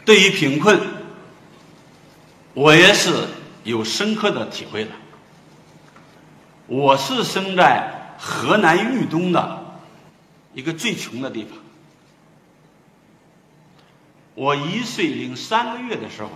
对于贫困，我也是有深刻的体会的。我是生在河南豫东的一个最穷的地方。我1岁零3个月的时候，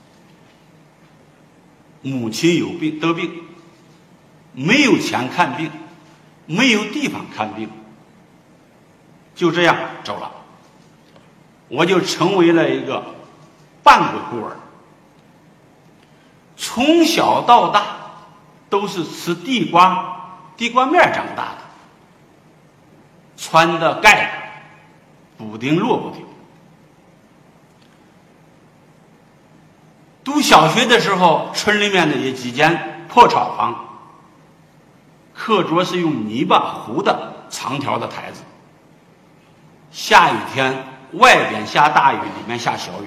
母亲得病，没有钱看病，没有地方看病，就这样走了。我就成为了一个半个孤儿，从小到大都是吃地瓜面长大的，穿的盖的补丁落不丁。读小学的时候，村里面的有几间破草房，课桌是用泥巴糊的长条的台子，下雨天外边下大雨，里面下小雨。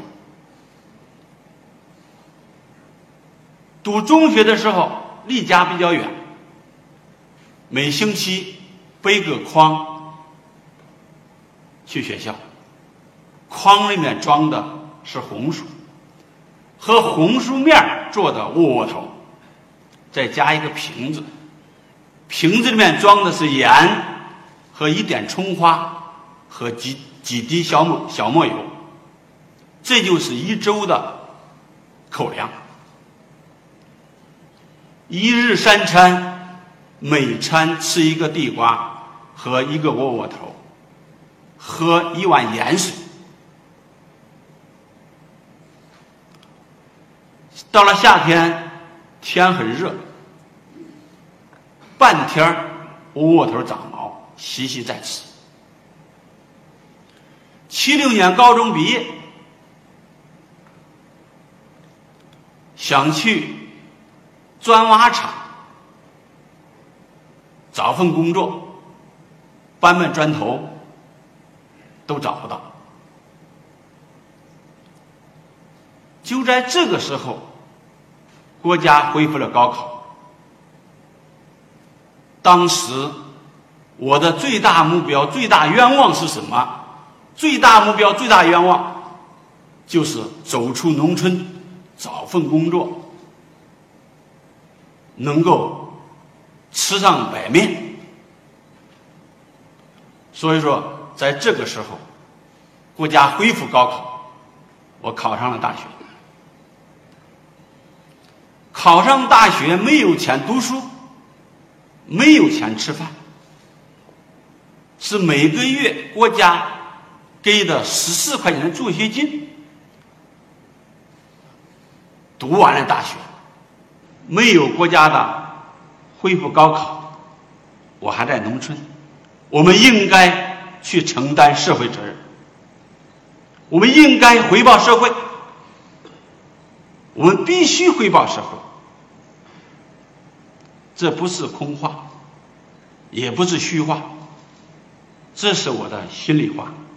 读中学的时候离家比较远，每星期背个筐去学校，筐里面装的是红薯和红薯面做的窝窝头，再加一个瓶子，瓶子里面装的是盐和一点葱花和几滴小磨油，这就是1周的口粮。1日3餐，每餐吃一个地瓜和一个窝窝头，喝1碗盐水。到了夏天，天很热，半天窝窝头长毛，洗洗再吃。76年高中毕业，想去砖瓦厂找份工作，搬砖头都找不到。就在这个时候，国家恢复了高考。当时我的最大目标、最大愿望是什么？最大目标、最大愿望就是走出农村，找份工作，能够吃上白面。所以说在这个时候，国家恢复高考，我考上了大学。考上大学没有钱读书，没有钱吃饭，是每个月国家给的14块钱的助学金。读完了大学，没有国家的恢复高考，我还在农村。我们应该去承担社会责任，我们应该回报社会，我们必须回报社会。这不是空话，也不是虚话，这是我的心里话。